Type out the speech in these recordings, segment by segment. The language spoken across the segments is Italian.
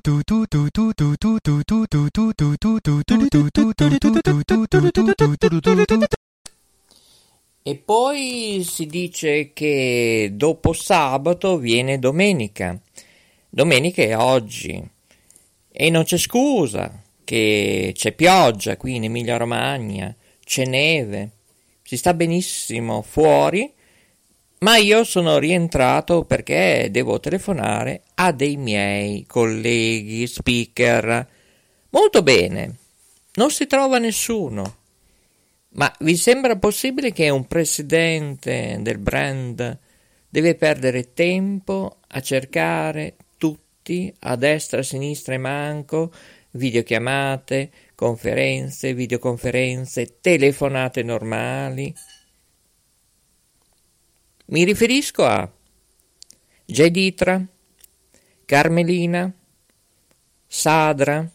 E poi si dice che dopo sabato viene domenica. Domenica è oggi. E non c'è scusa, che c'è pioggia qui in Emilia-Romagna, c'è neve, si sta benissimo fuori, ma io sono rientrato perché devo telefonare a dei miei colleghi speaker. Molto bene, non si trova nessuno. Ma vi sembra possibile che un presidente del brand deve perdere tempo a cercare tutti, a destra, a sinistra e manco, videochiamate, conferenze, videoconferenze, telefonate normali? Mi riferisco a Geditra, Carmelina, Sadra.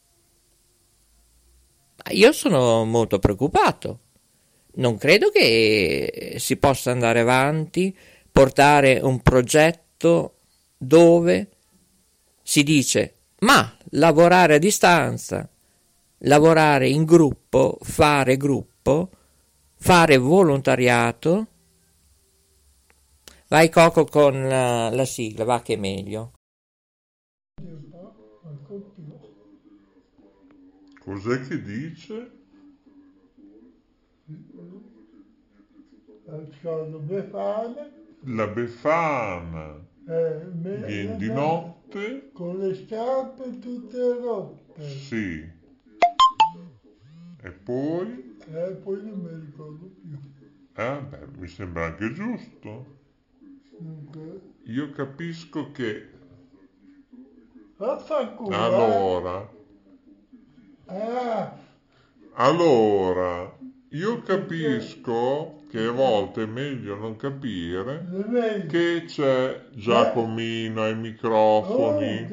Io sono molto preoccupato. Non credo che si possa andare avanti, portare un progetto dove si dice ma lavorare a distanza, lavorare in gruppo, fare volontariato. Vai Coco con la sigla, va che è meglio. Cos'è che dice? La Befana viene di notte con le scarpe tutte rotte. Sì. E poi? Poi non mi ricordo più. Mi sembra anche giusto. Io capisco che allora io capisco che a volte è meglio non capire che c'è Giacomino ai microfoni.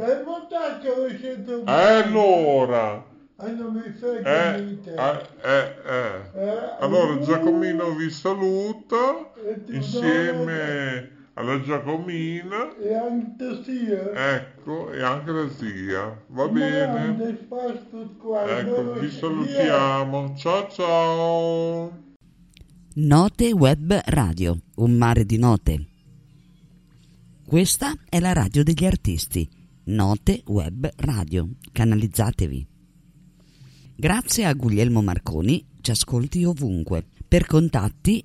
Allora non mi frega niente. Allora Giacomino vi saluta insieme alla Giacomina e anche la zia. Ecco, e anche la zia. Va bene. Ecco, vi salutiamo. Ciao ciao. Note Web Radio, un mare di note. Questa è la radio degli artisti. Note Web Radio. Canalizzatevi. Grazie a Guglielmo Marconi, ci ascolti ovunque. Per contatti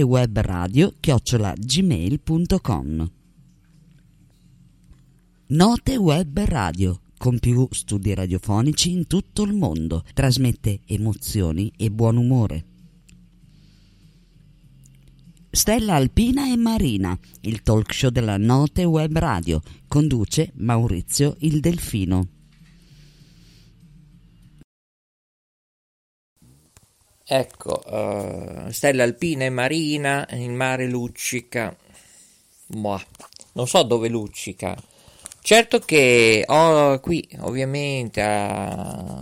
notewebradio@gmail.com. Note Web Radio, con più studi radiofonici in tutto il mondo, trasmette emozioni e buon umore. Stella Alpina e Marina, il talk show della Note Web Radio, conduce Maurizio il Delfino. Ecco, Stella Alpina e Marina, il mare luccica. Non so dove luccica. Certo che qui ovviamente a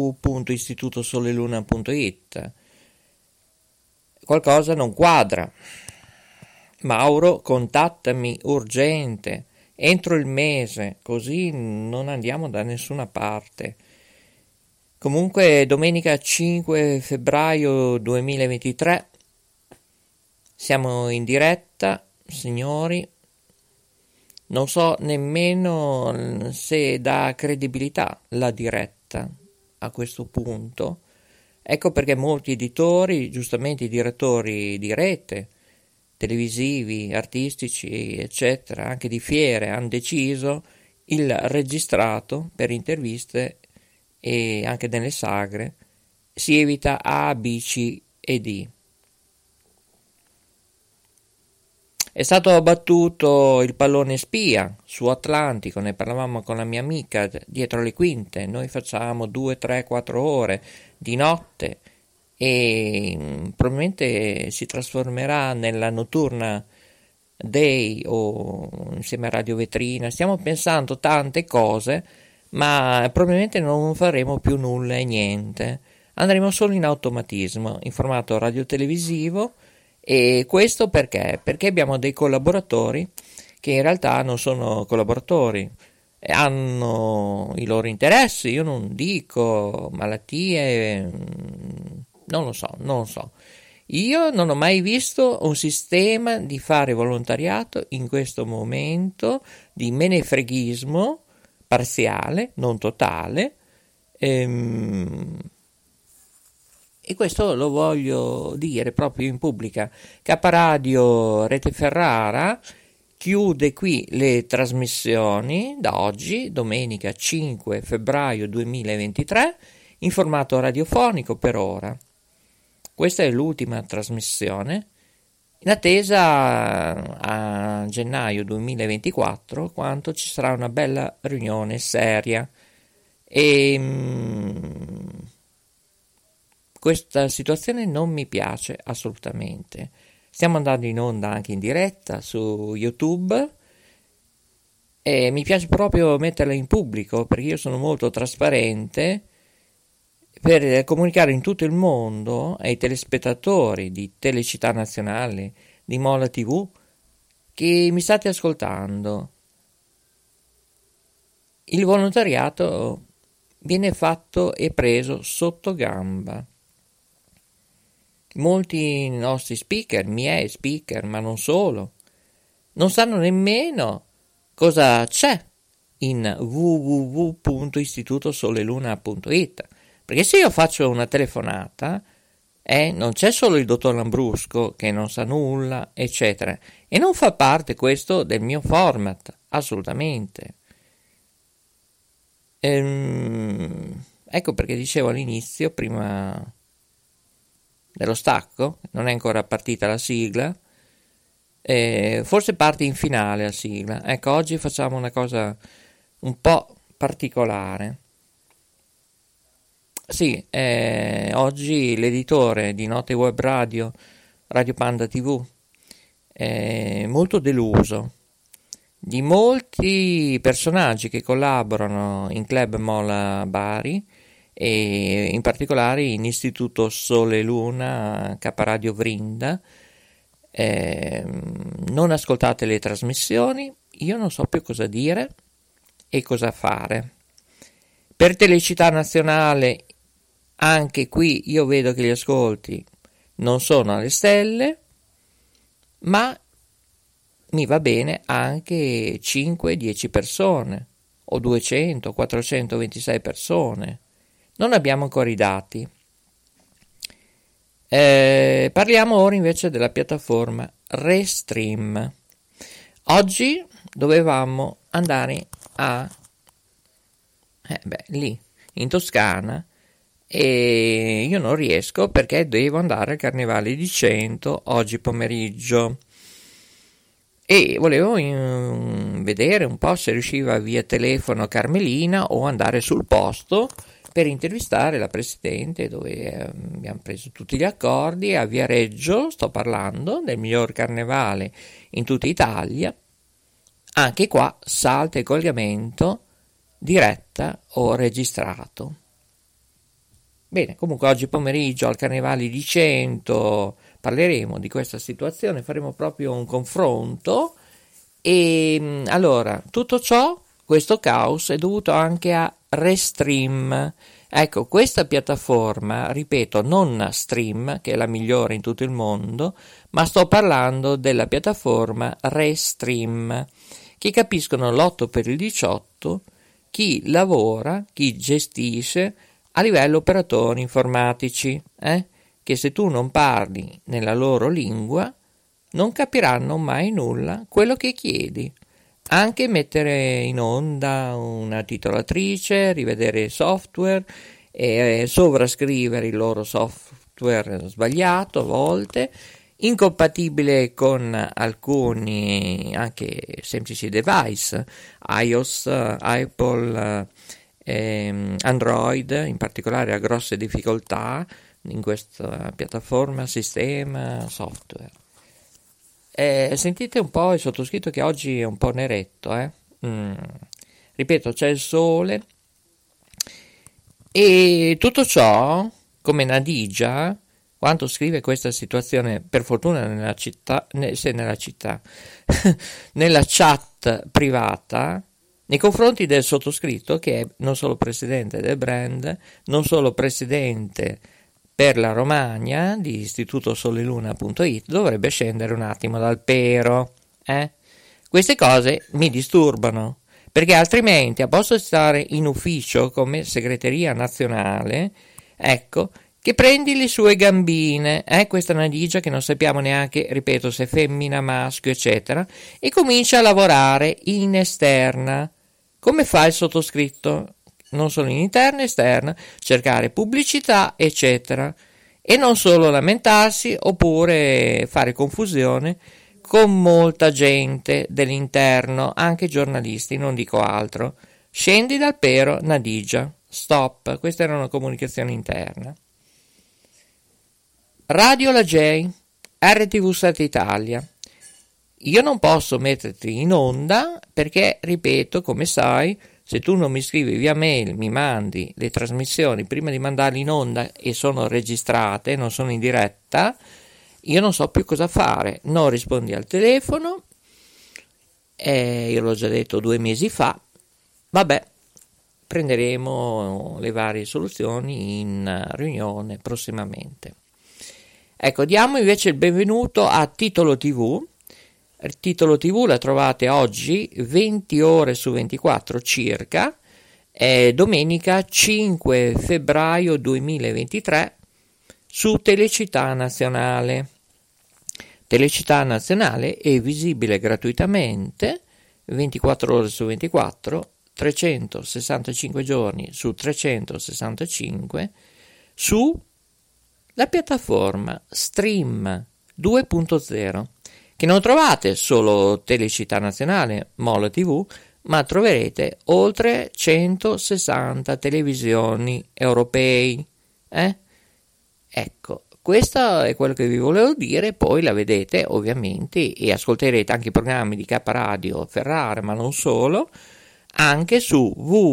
www.istitutosoleluna.it qualcosa non quadra. Mauro, contattami urgente, entro il mese, così non andiamo da nessuna parte. Comunque domenica 5 febbraio 2023 siamo in diretta, signori. Non so nemmeno se dà credibilità la diretta a questo punto. Ecco perché molti editori, giustamente i direttori di rete, televisivi, artistici, eccetera, anche di fiere, hanno deciso il registrato per interviste e anche nelle sagre. Si evita A, B, C e D. È stato abbattuto il pallone spia su Atlantico, ne parlavamo con la mia amica dietro le quinte. Noi facciamo 2, 3, 4 ore di notte e probabilmente si trasformerà nella notturna day o insieme a Radio Vetrina. Stiamo pensando tante cose, ma probabilmente non faremo più nulla e niente. Andremo solo in automatismo, in formato radiotelevisivo. E questo perché? Perché abbiamo dei collaboratori che in realtà non sono collaboratori, hanno i loro interessi, io non dico malattie, non lo so. Io non ho mai visto un sistema di fare volontariato in questo momento di menefreghismo parziale, non totale, e questo lo voglio dire proprio in pubblica. Caparadio Rete Ferrara chiude qui le trasmissioni da oggi, domenica 5 febbraio 2023, in formato radiofonico per ora. Questa è l'ultima trasmissione, in attesa a gennaio 2024, quando ci sarà una bella riunione seria. E questa situazione non mi piace assolutamente. Stiamo andando in onda anche in diretta su YouTube e mi piace proprio metterla in pubblico, perché io sono molto trasparente, per comunicare in tutto il mondo ai telespettatori di Telecittà Nazionale, di Mola TV, che mi state ascoltando. Il volontariato viene fatto e preso sotto gamba. Molti nostri speaker, miei speaker, ma non solo, non sanno nemmeno cosa c'è in www.istitutosoleluna.it. Perché se io faccio una telefonata, non c'è solo il dottor Lambrusco che non sa nulla, eccetera, e non fa parte questo del mio format, assolutamente. Ecco perché dicevo all'inizio, prima dello stacco, non è ancora partita la sigla, forse parte in finale la sigla. Ecco, oggi facciamo una cosa un po' particolare. Sì, oggi l'editore di Note Web Radio, Radio Panda TV, è molto deluso di molti personaggi che collaborano in Club Mola Bari e in particolare in Istituto Sole Luna Caparadio Vrinda. Non ascoltate le trasmissioni, io non so più cosa dire e cosa fare. Per Telecittà Nazionale anche qui io vedo che gli ascolti non sono alle stelle, ma mi va bene anche 5-10 persone, o 200, 426 persone. Non abbiamo ancora i dati. Parliamo ora invece della piattaforma Restream. Oggi dovevamo andare lì, in Toscana, e io non riesco perché devo andare al Carnevale di Cento oggi pomeriggio e volevo vedere un po' se riusciva via telefono Carmelina o andare sul posto per intervistare la Presidente, dove abbiamo preso tutti gli accordi. A Viareggio sto parlando del miglior carnevale in tutta Italia. Anche qua salta il collegamento diretta o registrato. Bene, comunque oggi pomeriggio al Carnevale di Cento parleremo di questa situazione, faremo proprio un confronto e allora tutto ciò, questo caos è dovuto anche a Restream. Ecco, questa piattaforma, ripeto, non Stream, che è la migliore in tutto il mondo, ma sto parlando della piattaforma Restream, che capiscono l'8 per il 18 chi lavora, chi gestisce a livello operatori informatici, che se tu non parli nella loro lingua non capiranno mai nulla quello che chiedi. Anche mettere in onda una titolatrice, rivedere software e sovrascrivere il loro software sbagliato a volte, incompatibile con alcuni anche semplici device, iOS, Apple, Android, in particolare ha grosse difficoltà in questa piattaforma, sistema, software. Sentite un po' il sottoscritto che oggi è un po' neretto, Ripeto, c'è il sole e tutto ciò, come Nadigia, quando scrive questa situazione, per fortuna nella chat privata, nei confronti del sottoscritto, che è non solo presidente del brand, non solo presidente per la Romagna di istitutosoleluna.it, dovrebbe scendere un attimo dal pero. Queste cose mi disturbano, perché altrimenti, a posto di stare in ufficio come segreteria nazionale, ecco, che prendi le sue gambine, questa Nadigia che non sappiamo neanche, ripeto, se è femmina, maschio, eccetera, e comincia a lavorare in esterna. Come fa il sottoscritto? Non solo in interna, esterna, cercare pubblicità, eccetera, e non solo lamentarsi oppure fare confusione con molta gente dell'interno, anche giornalisti, non dico altro. Scendi dal pero, Nadigia, stop. Questa era una comunicazione interna. Radio La J, RTV Sat Italia. Io non posso metterti in onda perché, ripeto, come sai, se tu non mi scrivi via mail, mi mandi le trasmissioni prima di mandarle in onda e sono registrate, non sono in diretta, io non so più cosa fare. Non rispondi al telefono, io l'ho già detto 2 mesi fa, vabbè, prenderemo le varie soluzioni in riunione prossimamente. Ecco, diamo invece il benvenuto a Titolo TV. Titolo TV la trovate oggi 20 ore su 24 circa, è domenica 5 febbraio 2023 su Telecittà Nazionale. Telecittà Nazionale è visibile gratuitamente 24 ore su 24, 365 giorni su 365 su la piattaforma Stream 2.0, che non trovate solo Telecittà Nazionale, Mola TV, ma troverete oltre 160 televisioni europei. Ecco, questo è quello che vi volevo dire. Poi la vedete ovviamente e ascolterete anche i programmi di K Radio Ferrara, ma non solo, anche su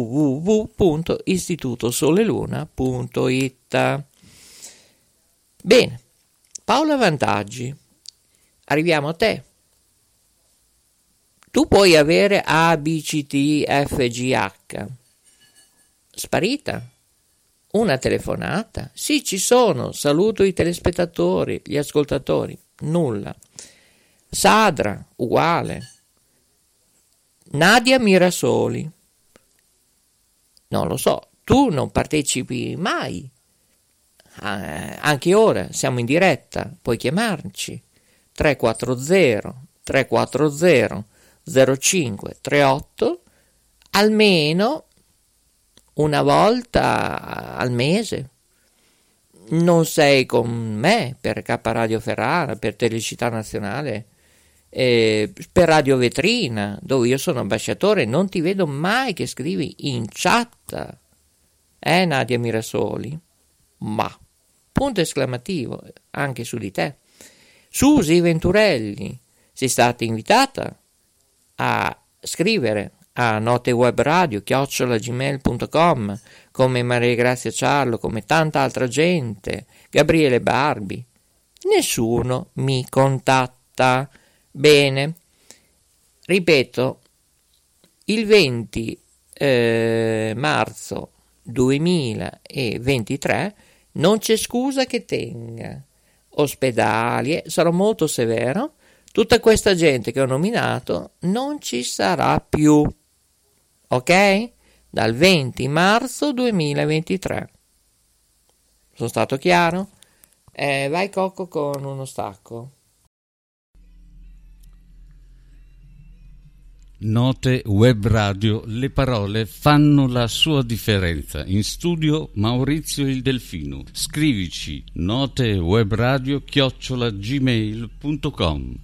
www.istitutosoleluna.it. Bene, Paola Vantaggi, arriviamo a te. Tu puoi avere A, B, C, T, F, G, H. Sparita? Una telefonata? Sì, ci sono. Saluto i telespettatori, gli ascoltatori. Nulla. Sadra, uguale. Nadia Mirasoli. Non lo so, tu non partecipi mai. Anche ora siamo in diretta, puoi chiamarci 340 0538 almeno una volta al mese. Non sei con me per K Radio Ferrara, per Telecittà Nazionale, per Radio Vetrina, dove io sono ambasciatore, non ti vedo mai che scrivi in chat, Nadia Mirasoli? Ma punto esclamativo anche su di te. Susi Venturelli, sei stata invitata a scrivere a notewebradio@gmail.com come Maria Grazia Ciarlo, come tanta altra gente, Gabriele Barbi. Nessuno mi contatta. Bene, ripeto, il 20 marzo 2023 non c'è scusa che tenga. Ospedali, sarò molto severo, tutta questa gente che ho nominato non ci sarà più, ok? Dal 20 marzo 2023. Sono stato chiaro? Vai Cocco con uno stacco. Note Web Radio, le parole fanno la sua differenza. In studio Maurizio il Delfino. Scrivici notewebradio@gmail.com.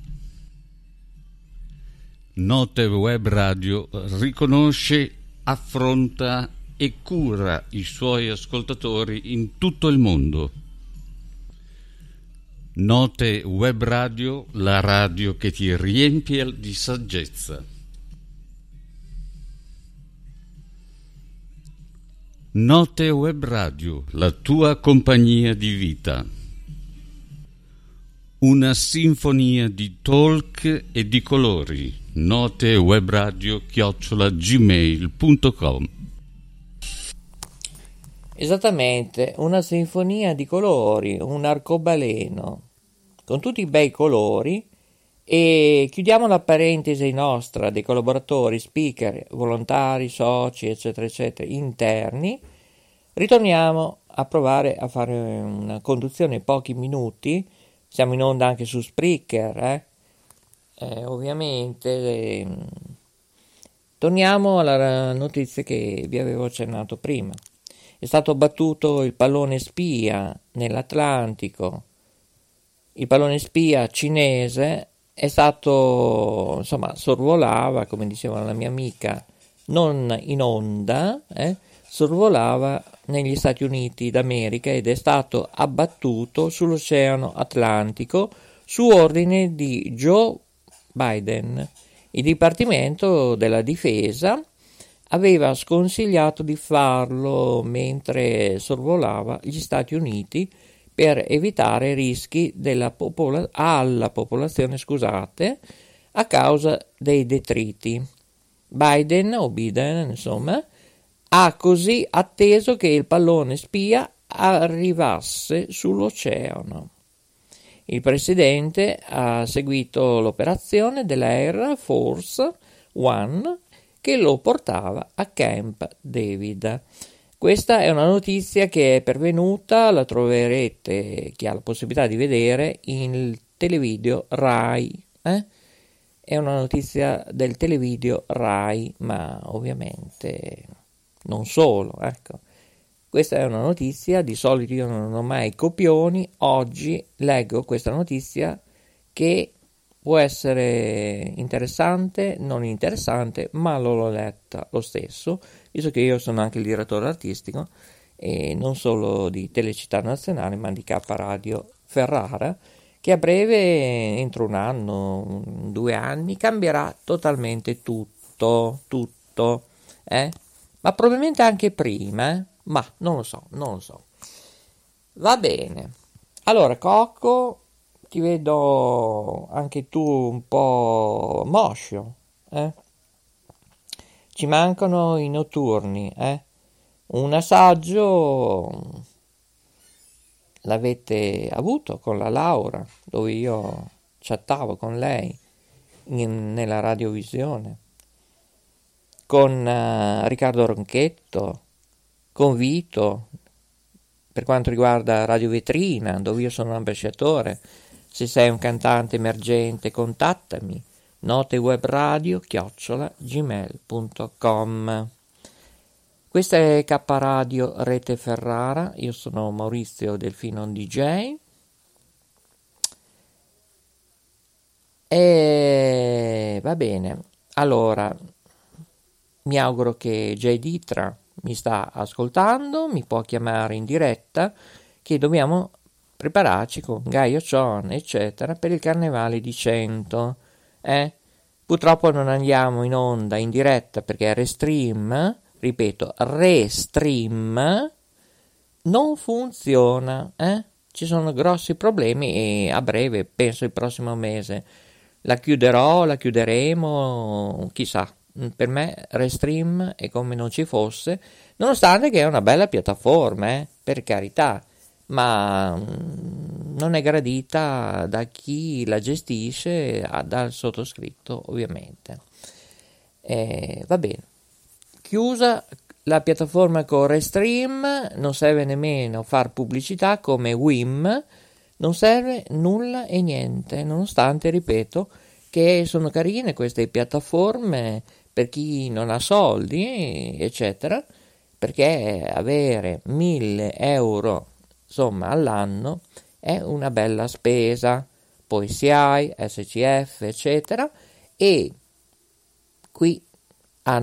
Note Web Radio riconosce, affronta e cura i suoi ascoltatori in tutto il mondo. Note Web Radio, la radio che ti riempie di saggezza. Note Web Radio, la tua compagnia di vita. Una sinfonia di talk e di colori. notewebradio@gmail.com. Esattamente, una sinfonia di colori, un arcobaleno con tutti i bei colori. E chiudiamo la parentesi nostra dei collaboratori, speaker, volontari, soci, eccetera, eccetera, interni. Ritorniamo a provare a fare una conduzione in pochi minuti. Siamo in onda anche su Spreaker, ovviamente. Torniamo alla notizia che vi avevo accennato prima. È stato battuto il pallone spia nell'Atlantico. Il pallone spia cinese è stato, insomma, sorvolava, come diceva la mia amica, non in onda, sorvolava negli Stati Uniti d'America ed è stato abbattuto sull'Oceano Atlantico su ordine di Joe Biden. Il Dipartimento della Difesa aveva sconsigliato di farlo mentre sorvolava gli Stati Uniti per evitare rischi alla popolazione, a causa dei detriti. Biden, insomma, ha così atteso che il pallone spia arrivasse sull'oceano. Il presidente ha seguito l'operazione dell'Air Force One che lo portava a Camp David. Questa è una notizia che è pervenuta, la troverete, chi ha la possibilità di vedere, in televideo Rai. È una notizia del televideo Rai, ma ovviamente non solo, ecco. Questa è una notizia, di solito io non ho mai copioni, oggi leggo questa notizia che può essere interessante, non interessante, ma l'ho letta lo stesso, visto che io sono anche il direttore artistico e non solo di Telecittà Nazionale, ma di K Radio Ferrara, che a breve, entro un anno, 2 anni, cambierà totalmente tutto, ma probabilmente anche prima, ma non lo so. Va bene, allora Cocco, ti vedo anche tu un po' moscio, Ci mancano i notturni, Un assaggio l'avete avuto con la Laura, dove io chattavo con lei nella radiovisione, con Riccardo Ronchetto, con Vito, per quanto riguarda Radio Vetrina, dove io sono ambasciatore. Se sei un cantante emergente, contattami, notewebradio@gmail.com. Questa è K Radio Rete Ferrara, io sono Maurizio Delfino DJ e va bene, allora mi auguro che Jay Ditra mi sta ascoltando, mi può chiamare in diretta, che dobbiamo prepararci con Gaio Cion, eccetera, per il Carnevale di Cento. Purtroppo non andiamo in onda in diretta perché Restream, ripeto, Restream non funziona, Ci sono grossi problemi e a breve, penso il prossimo mese, la chiuderemo, chissà. Per me Restream è come non ci fosse, nonostante che è una bella piattaforma, per carità, ma non è gradita da chi la gestisce, dal sottoscritto ovviamente. Va bene, chiusa la piattaforma con Restream, non serve nemmeno far pubblicità come Wim, non serve nulla e niente, nonostante, ripeto, che sono carine queste piattaforme per chi non ha soldi, eccetera, perché avere 1.000 euro, insomma, all'anno è una bella spesa. Poi SIAE, SCF, eccetera, e qui a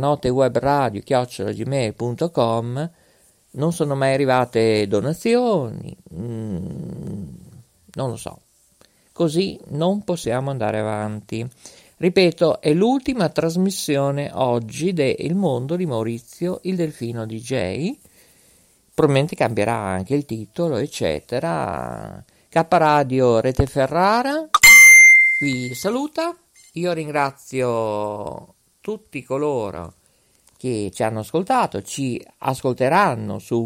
notewebradio@gmail.com non sono mai arrivate donazioni, non lo so. Così non possiamo andare avanti. Ripeto, è l'ultima trasmissione oggi del mondo di Maurizio il Delfino DJ. Probabilmente cambierà anche il titolo, eccetera. K Radio Rete Ferrara vi saluta io ringrazio tutti coloro che ci hanno ascoltato, ci ascolteranno su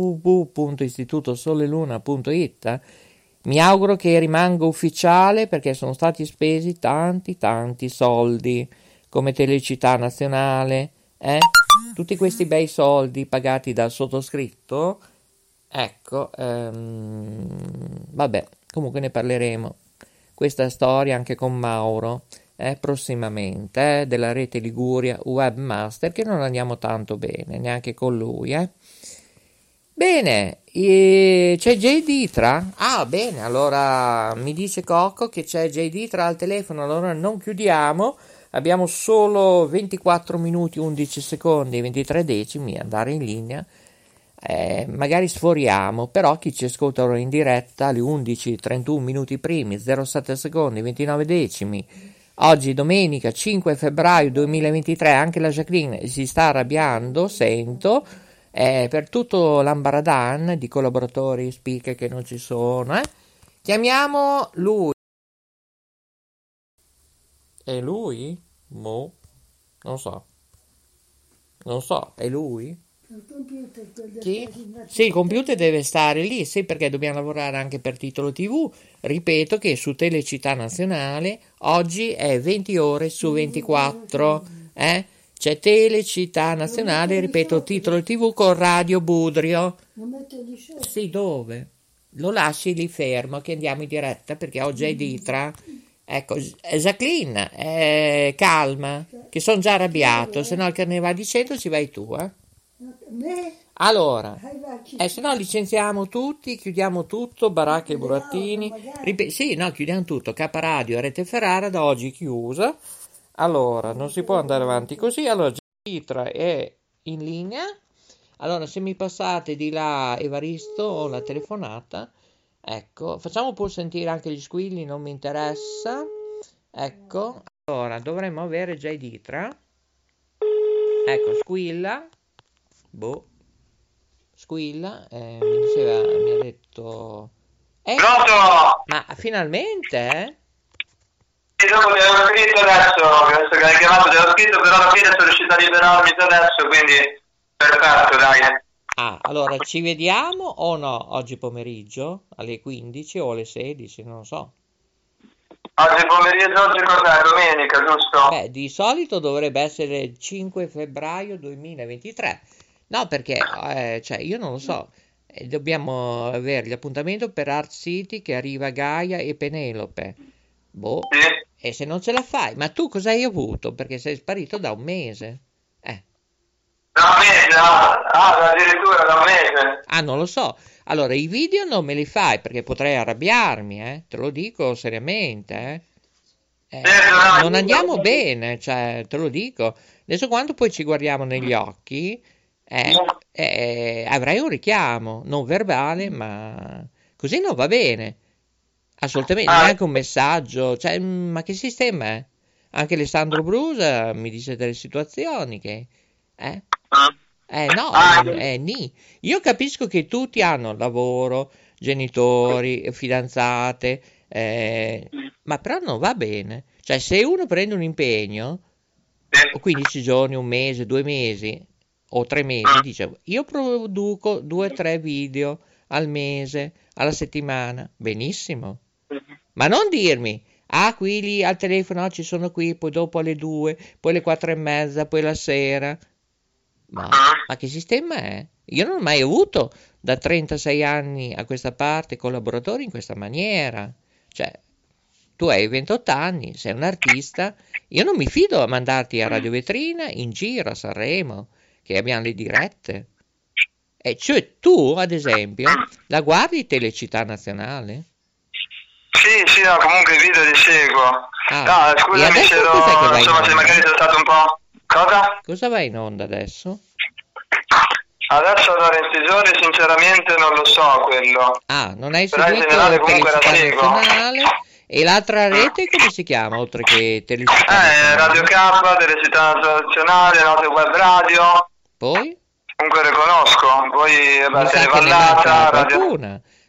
www.istitutosoleluna.it. Mi auguro che rimanga ufficiale, perché sono stati spesi tanti soldi come Telecittà Nazionale, tutti questi bei soldi pagati dal sottoscritto. Ecco, vabbè, comunque ne parleremo questa storia anche con Mauro prossimamente, della Rete Liguria Webmaster, che non andiamo tanto bene neanche con lui. Bene, c'è Jay Ditra? Ah, bene, allora mi dice Cocco che c'è Jay Ditra al telefono, allora non chiudiamo, abbiamo solo 24 minuti 11 secondi e 23 decimi andare in linea. Magari sforiamo, però chi ci ascolta ora in diretta alle 11:31 minuti primi, 07 secondi 29 decimi, oggi domenica 5 febbraio 2023, anche la Jacqueline si sta arrabbiando, sento, per tutto l'ambaradan di collaboratori speaker che non ci sono. Chiamiamo lui. È lui? Mo? Non so, è lui? Chi? Sì, il computer deve stare lì, sì, perché dobbiamo lavorare anche per Titolo TV. Ripeto che su Telecittà Nazionale oggi è 20 ore su 24, C'è Telecittà Nazionale, ripeto, Titolo TV con Radio Budrio. Sì, dove? Lo lasci lì fermo che andiamo in diretta, perché oggi è Ditra. Ecco, Jacqueline, calma, che sono già arrabbiato, se no il carnevale di centro ci vai tu, Allora, se no licenziamo tutti, chiudiamo tutto, baracche e burattini. Sì, no, chiudiamo tutto, K Radio e Rete Ferrara da oggi chiusa. Allora, non si può andare avanti così. Allora, Gitra è in linea. Allora, se mi passate di là Evaristo o la telefonata, ecco, facciamo pur sentire anche gli squilli, non mi interessa. Ecco, allora, dovremmo avere già Ditra. Ecco, squilla. Squilla, mi ha detto... Pronto? Ma finalmente, Sì, dopo ti avevo scritto adesso che hai chiamato, ti avevo scritto, però alla fine sono riuscito a liberarmi adesso, quindi perfetto, dai. Ah, allora ci vediamo o no oggi pomeriggio alle 15 o alle 16, non lo so. Oggi pomeriggio, oggi cos'è? Domenica, giusto? Beh, di solito dovrebbe essere il 5 febbraio 2023. No, perché, cioè, io non lo so. Dobbiamo avere l'appuntamento per Art City che arriva Gaia e Penelope. Sì. E se non ce la fai? Ma tu cosa hai avuto? Perché sei sparito da un mese. Da un mese? Addirittura da un mese. Ah, non lo so. Allora, i video non me li fai perché potrei arrabbiarmi, Te lo dico seriamente, non andiamo bene, cioè, te lo dico. Adesso quando poi ci guardiamo negli occhi, avrai un richiamo, non verbale, ma così non va bene. Assolutamente, neanche un messaggio, cioè, ma che sistema è? Anche Alessandro Brusa mi dice delle situazioni che... Ni. Io capisco che tutti hanno lavoro, genitori, fidanzate, ma però non va bene. Cioè, se uno prende un impegno, 15 giorni, un mese, 2 mesi o 3 mesi, dice, io produco 2 o 3 video al mese, alla settimana, benissimo. Ma non dirmi, qui lì al telefono, ci sono qui, poi dopo alle 2, poi alle 4:30, poi la sera. Ma che sistema è? Io non ho mai avuto da 36 anni a questa parte collaboratori in questa maniera. Cioè, tu hai 28 anni, sei un artista, io non mi fido a mandarti a Radio Vetrina, in giro a Sanremo, che abbiamo le dirette. E cioè tu, ad esempio, la guardi Telecittà Nazionale? Sì, no, comunque i video li seguo. No, scusami se insomma, se magari sono stato un po'... Cosa? Cosa va in onda adesso? Adesso allora in 6 giorni sinceramente non lo so quello. Non hai però seguito Telecittà Nazionale? E l'altra rete come si chiama oltre che Telecittà Nazionale? Radio K, Telecittà Nazionale, Note Web Radio. Poi? Comunque le conosco. Poi Televallata, qualcuna.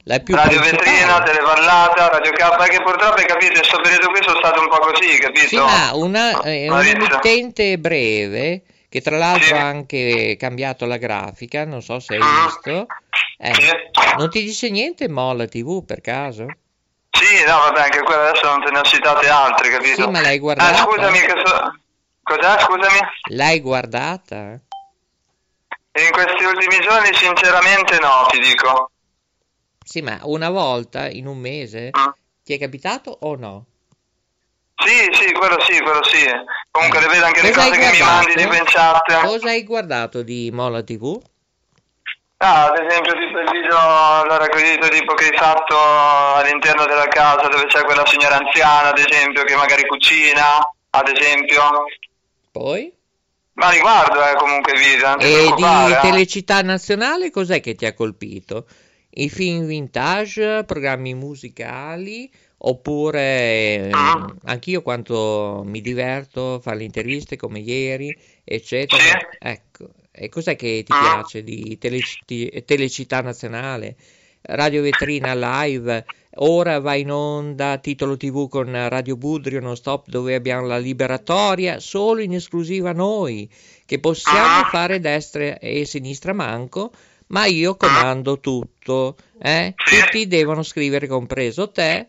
Radio Vetrina, Televallata, Radio K, perché purtroppo hai capito, in questo periodo qui sono stato un po' così, capito? Sì, ma una emittente breve, che tra l'altro ha anche cambiato la grafica, non so se hai visto, non ti dice niente Molla TV per caso? Sì, no, vabbè, anche quella adesso non te ne ho citate altre, capito? Sì, ma l'hai guardata? Scusami, cos'è, scusami? L'hai guardata? In questi ultimi giorni sinceramente no, ti dico. Sì, ma una volta in un mese ti è capitato o no? Sì, quello sì. Comunque le vedo anche le cose che mi mandi di chat. Cosa hai guardato di Molla TV? Ad esempio tipo il video allora tipo che hai fatto all'interno della casa dove c'è quella signora anziana, ad esempio, che magari cucina, ad esempio. Poi? Ma riguardo comunque video, non ti E preoccupare. di Telecittà Nazionale cos'è che ti ha colpito? I film vintage, programmi musicali, oppure anch'io quanto mi diverto a fare le interviste come ieri, eccetera. Sì. Ecco, e cos'è che ti piace di Telecittà Nazionale? Radio Vetrina Live, ora va in onda Titolo TV con Radio Budrio Non Stop, dove abbiamo la liberatoria solo in esclusiva noi, che possiamo fare destra e sinistra manco, ma io comando tutto, tutti devono scrivere, compreso te,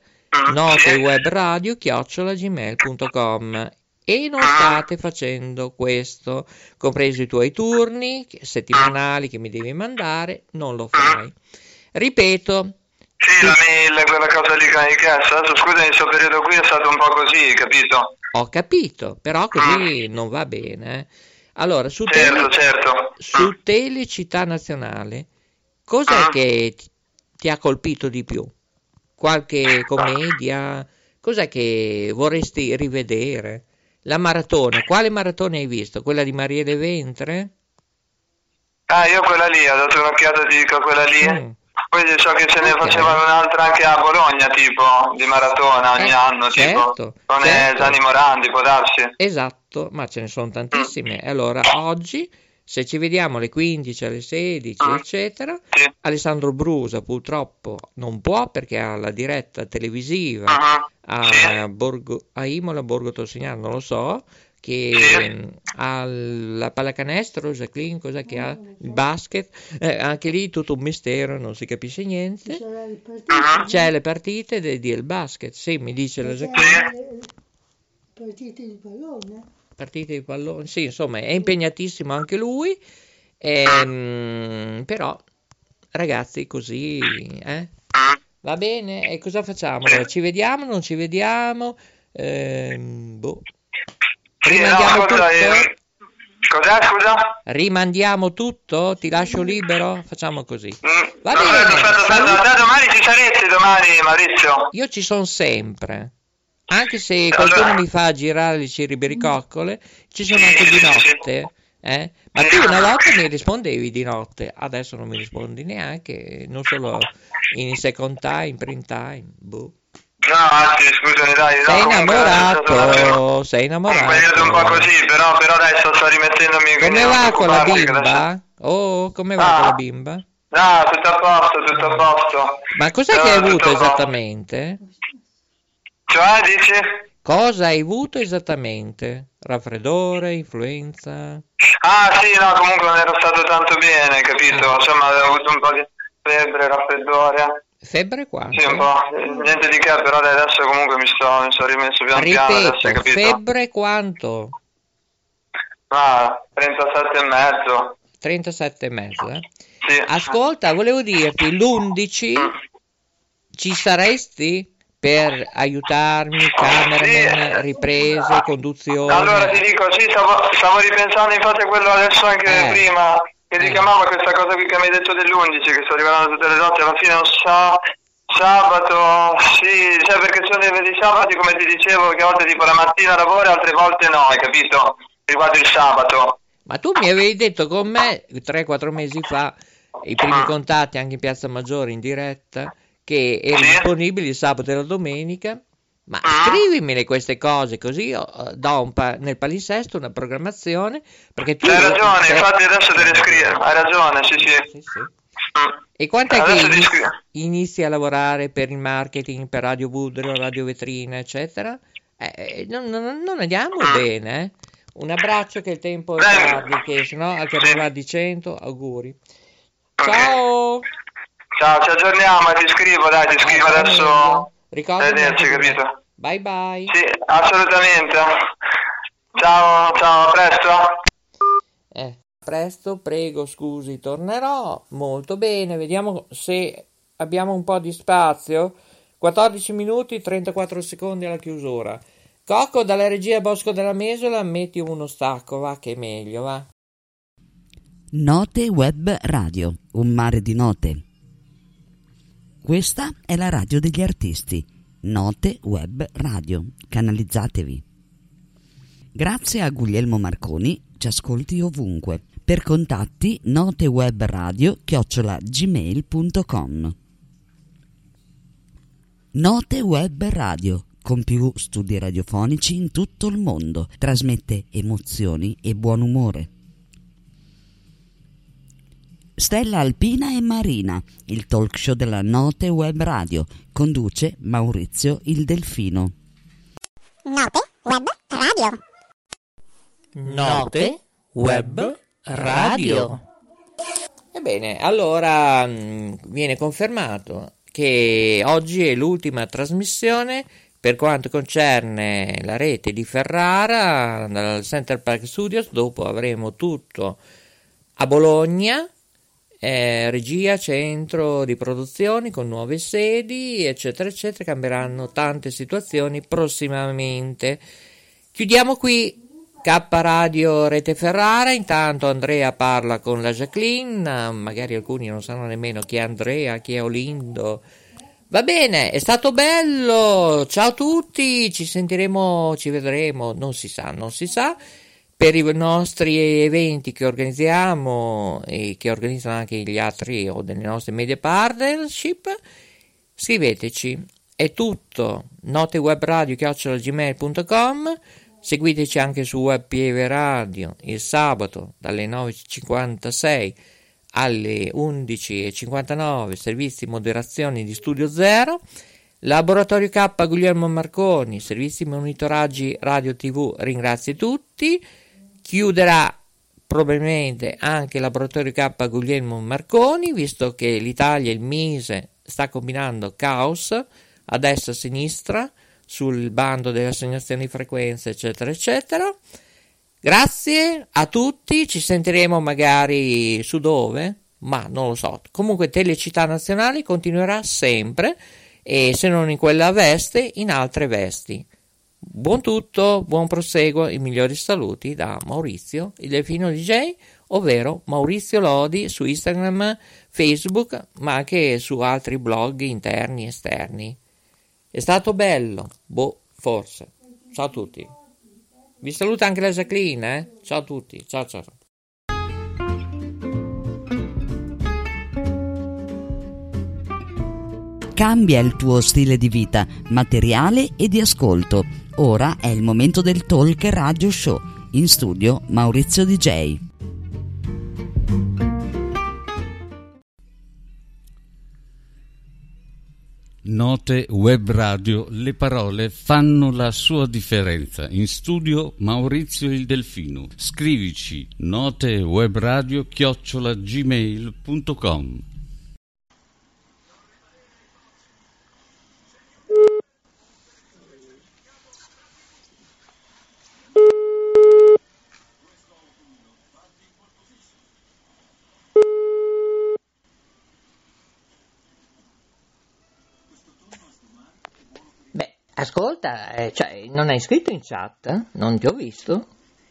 notewebradio@gmail.com, e non state facendo questo, compreso i tuoi turni settimanali che mi devi mandare, non lo fai. Ripeto. Sì, la mail, quella cosa lì che hai chiesto. Adesso scusami, in questo periodo qui è stato un po' così, capito? Ho capito, però così non va bene. Allora, su Telecittà Nazionale, cos'è che ti ha colpito di più? Qualche commedia? Cos'è che vorresti rivedere? La maratona, quale maratona hai visto? Quella di Marielle Ventre? Io quella lì, ho dato un'occhiata, ti dico, quella lì. Poi so che ce ne facevano un'altra anche a Bologna, tipo, di maratona ogni anno, certo, tipo, con Gianni Morandi, può darsi. Esatto, ma ce ne sono tantissime. Allora, oggi, se ci vediamo alle 15, alle 16, eccetera, Alessandro Brusa purtroppo non può perché ha la diretta televisiva a Imola, Borgo Tossignano, non lo so, che ha la pallacanestro, Jacqueline, cosa che ha? Il basket, anche lì tutto un mistero, non si capisce niente. C'è le partite del basket, sì, mi dice la Jacqueline. Partite di pallone? Partite di pallone, sì, insomma, è impegnatissimo anche lui, però, ragazzi, così, va bene, e cosa facciamo? Allora, ci vediamo, non ci vediamo? Rimandiamo tutto? Cos'è, scusa? Rimandiamo tutto? Ti lascio libero? Facciamo così. Va bene. Aspetta, domani ci saresti, Maurizio? Io ci sono sempre. Anche se qualcuno mi fa girare le ciribericoccole, ci sono anche di notte. Ma tu una volta mi rispondevi di notte, adesso non mi rispondi neanche, non solo in second time, in prime time. Boh. No, anzi, scusami, dai. Sei innamorato, sei innamorato. Un periodo un po' così, però dai, sto rimettendomi. Come va con la bimba? Oh, come va con la bimba? No, tutto a posto. Ma cos'è che hai avuto esattamente? Cioè, dici? Cosa hai avuto esattamente? Raffreddore, influenza? Sì, no, comunque non ero stato tanto bene, capito? Insomma, avevo avuto un po' di febbre, raffreddore. Febbre quanto? Sì, un po', niente di che, però adesso comunque mi sono rimesso piano piano. Ripeto, adesso, febbre quanto? 37,5. 37,5, Sì. Ascolta, volevo dirti, l'11 ci saresti per aiutarmi, cameraman, riprese, conduzione? Allora ti dico, sì, stavo ripensando infatti a quello adesso anche prima, che ti chiamava questa cosa qui che mi hai detto dell'11, che sto arrivando tutte le notti, alla fine non so, sabato, sì, cioè perché sono dei sabati, come ti dicevo, che a volte tipo la mattina lavoro, altre volte no, hai capito? Riguardo il sabato. Ma tu mi avevi detto con me 3-4 mesi fa, i primi contatti anche in Piazza Maggiore in diretta, che eri disponibili il sabato e la domenica, ma scrivimele queste cose così io do nel palinsesto una programmazione, perché tu hai ragione, infatti adesso te le scrivo, hai ragione, sì. E quant'è Adesso che ti scrivo. inizi a lavorare per il marketing, per Radio Budrio, Radio Vetrina, eccetera? Non andiamo bene, eh? Un abbraccio, che il tempo è Dai. tardi, che sennò anche Sì. arriva di 100 auguri. Ok. Ciao! Ciao, ci aggiorniamo e ti scrivo, dai, ti scrivo adesso. Ricordati Arrivederci, anche tu. capito? Bye bye. Sì, assolutamente. Ciao, a presto. Presto, prego, scusi, tornerò. Molto bene, vediamo se abbiamo un po' di spazio. 14 minuti, 34 secondi alla chiusura. Cocco, dalla regia Bosco della Mesola, metti uno stacco, va, che è meglio, va. Note Web Radio, un mare di note. Questa è la radio degli artisti. Note Web Radio, canalizzatevi. Grazie a Guglielmo Marconi, ci ascolti ovunque. Per contatti notewebradio@gmail.com. Note Web Radio, con più studi radiofonici in tutto il mondo, trasmette emozioni e buon umore. Stella Alpina e Marina, il talk show della Note Web Radio, conduce Maurizio il Delfino. Note Web Radio. Note Web Radio. Ebbene, allora viene confermato che oggi è l'ultima trasmissione per quanto concerne la rete di Ferrara dal Center Park Studios. Dopo avremo tutto a Bologna, regia, centro di produzioni con nuove sedi, eccetera, eccetera. Cambieranno tante situazioni prossimamente. Chiudiamo qui K Radio Rete Ferrara. Intanto Andrea parla con la Jacqueline, magari alcuni non sanno nemmeno chi è Andrea, chi è Olindo. Va bene, è stato bello, ciao a tutti, ci sentiremo, ci vedremo, non si sa, per i nostri eventi che organizziamo e che organizzano anche gli altri o delle nostre media partnership. Scriveteci, è tutto, notewebradio@gmail.com. Seguiteci anche su Web Pieve Radio il sabato dalle 9.56 alle 11.59, servizi moderazione di Studio Zero. Laboratorio K Guglielmo Marconi, servizi monitoraggi radio TV, ringrazio tutti. Chiuderà probabilmente anche il Laboratorio K Guglielmo Marconi, visto che l'Italia, il Mise, sta combinando caos a destra e a sinistra sul bando delle assegnazioni di frequenze, eccetera, eccetera. Grazie a tutti, ci sentiremo magari su dove, ma non lo so. Comunque Telecittà Nazionale continuerà sempre, e se non in quella veste, in altre vesti. Buon tutto, buon proseguo, i migliori saluti da Maurizio, il Delfino DJ, ovvero Maurizio Lodi su Instagram, Facebook, ma anche su altri blog interni e esterni. È stato bello, forse. Ciao a tutti. Vi saluta anche la Jacqueline, Ciao a tutti, ciao. Cambia il tuo stile di vita, materiale e di ascolto. Ora è il momento del Talk Radio Show. In studio Maurizio DJ. Note Web Radio, le parole fanno la sua differenza. In studio Maurizio il Delfino. Scrivici notewebradio@gmail.com. Ascolta, non hai scritto in chat? Non ti ho visto?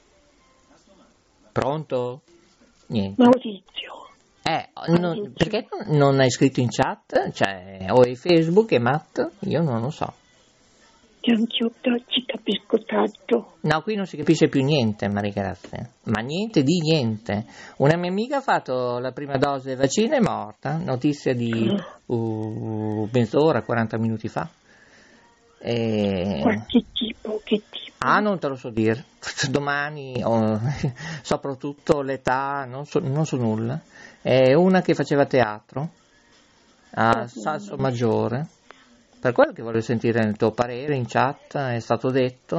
Pronto? Niente. Maurizio. Perché non hai scritto in chat? O è Facebook e Matt? Io non lo so. Anch'io ci capisco tanto. No, qui non si capisce più niente, Maria Grazia. Ma niente di niente. Una mia amica ha fatto la prima dose del vaccino e è morta. Notizia di mezz'ora, 40 minuti fa. Qualche tipo, che tipo? Non te lo so dire. Domani, soprattutto l'età, non so nulla. È una che faceva teatro a Salso Maggiore. Per quello che voglio sentire il tuo parere in chat, è stato detto,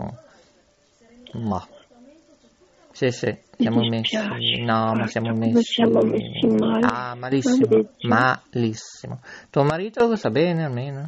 ma sì, siamo messi, no, ma siamo messi, siamo messi male. malissimo. Tuo marito sta bene almeno?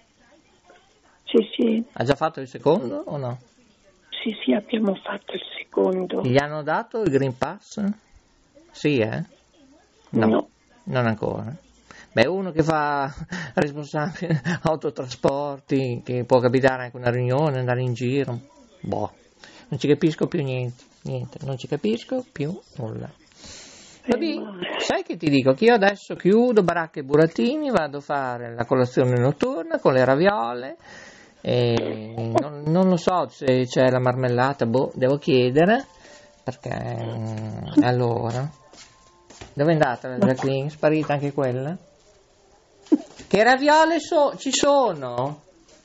Sì, Ha già fatto il secondo o no? sì, abbiamo fatto il secondo. Gli hanno dato il Green Pass? Sì, No, non ancora. Beh, uno che fa responsabile autotrasporti, che può capitare anche una riunione, andare in giro, non ci capisco più niente, non ci capisco più nulla. Vabbè, sai che ti dico? Che io adesso chiudo baracca e burattini, vado a fare la colazione notturna con le raviole, e non lo so se c'è la marmellata, devo chiedere, perché allora, dove è andata la Jacqueline? Sparita anche quella? Che raviole ci sono?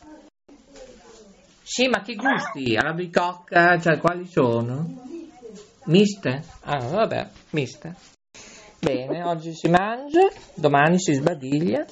Sì, ma che gusti? Alla bicocca, cioè quali sono? Miste? Ah, vabbè, miste. Bene, oggi si mangia, domani si sbadiglia.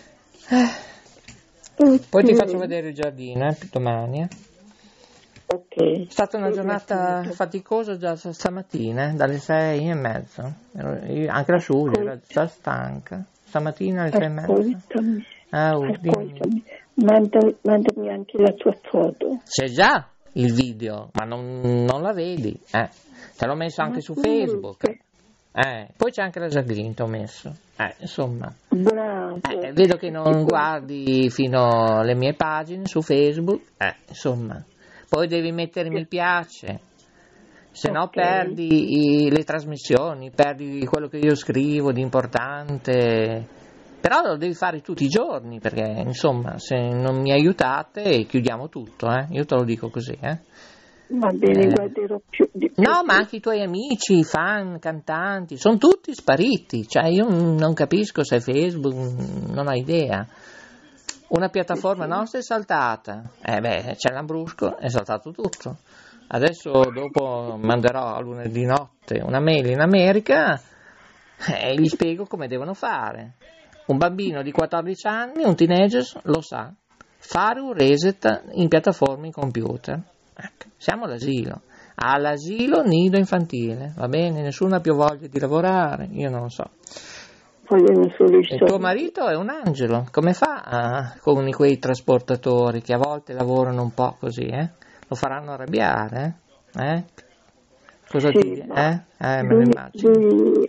Poi ti faccio vedere il giardino, domani. Ok. È stata una giornata faticosa già stamattina, dalle 6:30. Anche la Giulia era già stanca. Stamattina alle 6:30. Ascoltami, mandami anche la tua foto. C'è già il video, ma non la vedi. Te l'ho messo anche su Facebook. Poi c'è anche la Jacqueline, ti ho messo. Insomma. Bravo. Vedo che non guardi fino alle mie pagine su Facebook. Insomma. Poi devi mettere mi piace, se no perdi le trasmissioni, perdi quello che io scrivo di importante. Però lo devi fare tutti i giorni, perché insomma, se non mi aiutate chiudiamo tutto, io te lo dico così. Va bene, guarderò più. No, ma anche i tuoi amici, fan, cantanti, sono tutti spariti, cioè io non capisco se Facebook, non ho idea. Una piattaforma nostra è saltata, c'è l'Ambrusco, è saltato tutto. Adesso dopo manderò a lunedì notte una mail in America e gli spiego come devono fare. Un bambino di 14 anni, un teenager, lo sa, fare un reset in piattaforme in computer. Siamo all'asilo nido infantile, va bene? Nessuno ha più voglia di lavorare, io non lo so. Il tuo marito è un angelo, come fa con quei trasportatori che a volte lavorano un po' così, Lo faranno arrabbiare, Cosa ti me lo immagino. Lui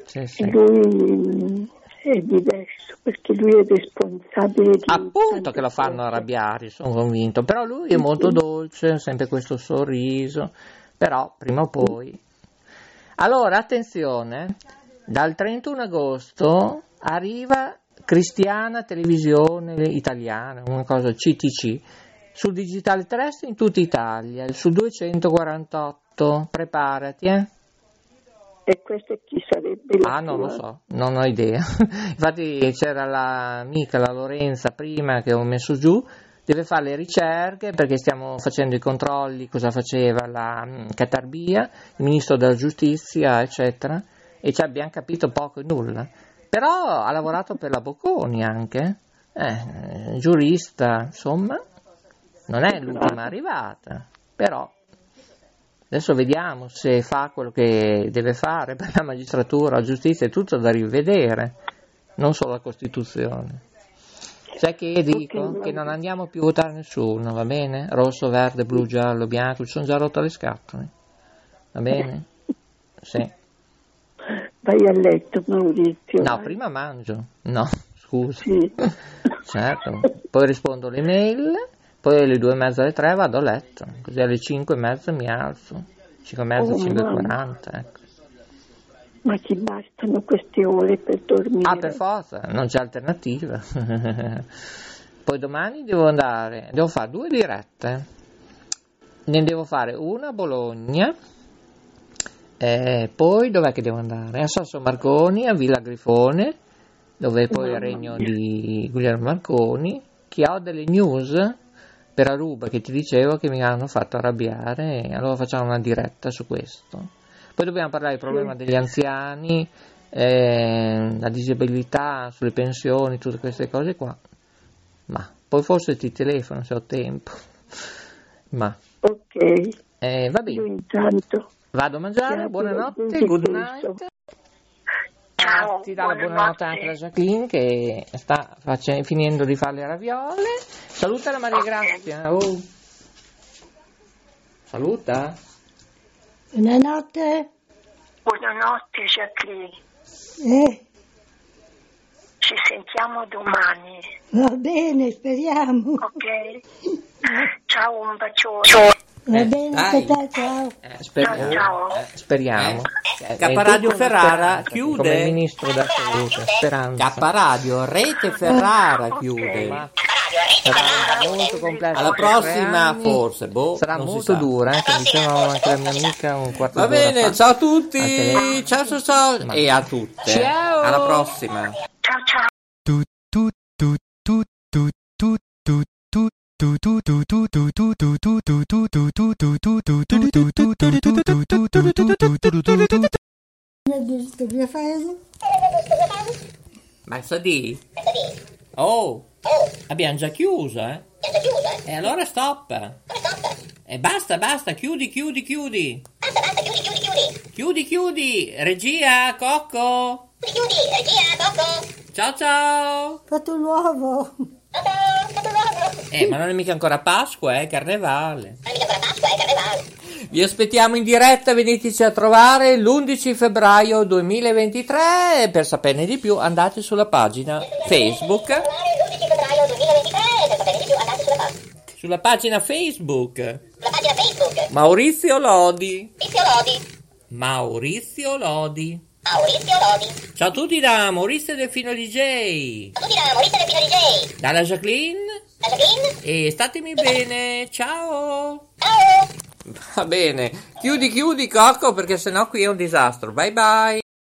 è diverso, perché lui è responsabile di... Appunto che lo fanno arrabbiare, sono convinto, però lui è molto dolce, sempre questo sorriso, però prima o poi... Allora, attenzione, dal 31 agosto arriva Cristiana Televisione Italiana, una cosa CTC, sul digitale terrestre in tutta Italia, su 248, preparati, E questo chi sarebbe? Non lo so, non ho idea. Infatti c'era l'amica, la Lorenza, prima che ho messo giù, deve fare le ricerche perché stiamo facendo i controlli, cosa faceva la Catarbia, il ministro della giustizia, eccetera, e ci abbiamo capito poco e nulla. Però ha lavorato per la Bocconi anche, giurista, insomma, non è l'ultima arrivata, però adesso vediamo se fa quello che deve fare per la magistratura, la giustizia, è tutto da rivedere, non solo la Costituzione. Sai che dico? Che non andiamo più a votare nessuno, va bene? Rosso, verde, blu, giallo, bianco, ci sono già rotte le scatole, va bene? Sì. Vai a letto, Maurizio. No, prima mangio. No, scusa. Sì. Certo. Poi rispondo alle mail, poi alle 2:30, alle 3 vado a letto, così alle 5:30 mi alzo. 5:30, 5:40, ecco. Ma ti bastano queste ore per dormire? Per forza, non c'è alternativa. Poi domani devo fare 2 dirette. Ne devo fare una a Bologna. Poi dov'è che devo andare? A Sasso Marconi, a Villa Grifone, dove poi è il regno di Guglielmo Marconi, che ho delle news per Aruba che ti dicevo che mi hanno fatto arrabbiare, e allora facciamo una diretta su questo. Poi dobbiamo parlare del problema degli anziani, la disabilità, sulle pensioni, tutte queste cose qua. Ma poi forse ti telefono se ho tempo. Ma Ok, va io bene, intanto. vado a mangiare, buonanotte, good night. Ciao, Ti dà la buonanotte anche la Jacqueline che sta finendo di fare le raviole. Saluta la Maria Grazia. Oh. Saluta. Buonanotte. Buonanotte Jacqueline, ci sentiamo domani, Va bene, speriamo. ok? Ciao, un bacione. Va bene, dai. ciao. Speriamo. Ciao. Speriamo. Caparadio Tutto una Ferrara speranza, chiude. come il ministro della salute. Speranza. K-Radio, Rete Ferrara chiude. Sarà molto complesso. Alla per 3 prossima anni. forse, boh, Sarà non si molto sa. dura, che diceva anche la mia amica un quarto Va d'ora bene, fa. ciao a Anche tutti, lei. ciao e a tutte. Ciao. Alla prossima. Ciao ciao. Ma sa di? Oh, abbiamo già chiuso, eh? E allora stop. E basta, chiudi. Chiudi. Regia, Cocco. Ciao. Fatto l'uovo. Ma non è mica ancora Pasqua, Carnevale. Vi aspettiamo in diretta, veniteci a trovare l'11 febbraio 2023. Per saperne di più andate sulla pagina Facebook. Sulla pagina Facebook. Maurizio Lodi. Ciao a tutti da Maurizio Delfino DJ. Dalla Jacqueline. E statemi bene. Ciao. Va bene. Chiudi Cocco perché sennò qui è un disastro. Bye bye.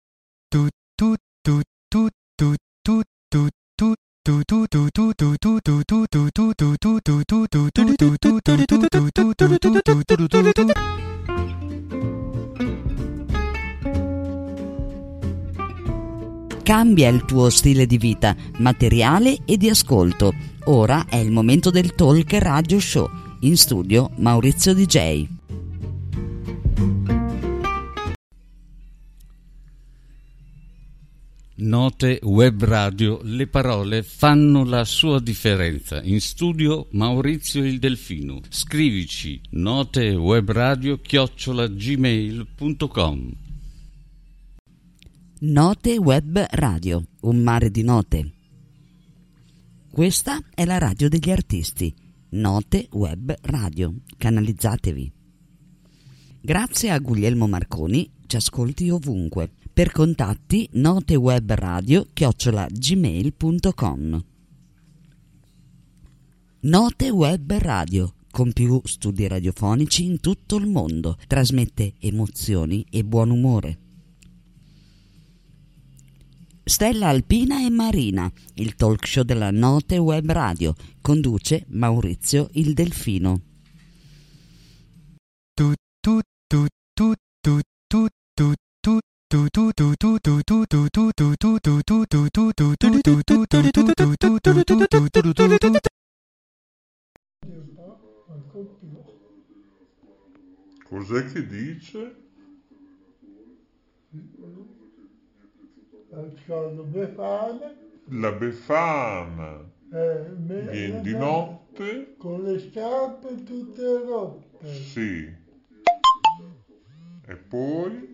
Cambia il tuo stile di vita, materiale e di ascolto. Ora è il momento del Talk Radio Show. In studio Maurizio DJ. Note Web Radio, le parole fanno la sua differenza. In studio Maurizio il Delfino. Scrivici notewebradio@gmail.com. Note Web Radio, un mare di note. Questa è la radio degli artisti. Note Web Radio, canalizzatevi. Grazie a Guglielmo Marconi, ci ascolti ovunque. Per contatti notewebradio@gmail.com. Note Web Radio, con più studi radiofonici in tutto il mondo, trasmette emozioni e buon umore. Stella Alpina e Marina, il talk show della Note Web Radio, conduce Maurizio il Delfino. Cos'è che dice? La Befana viene di notte con le scarpe tutte rotte. Sì. E poi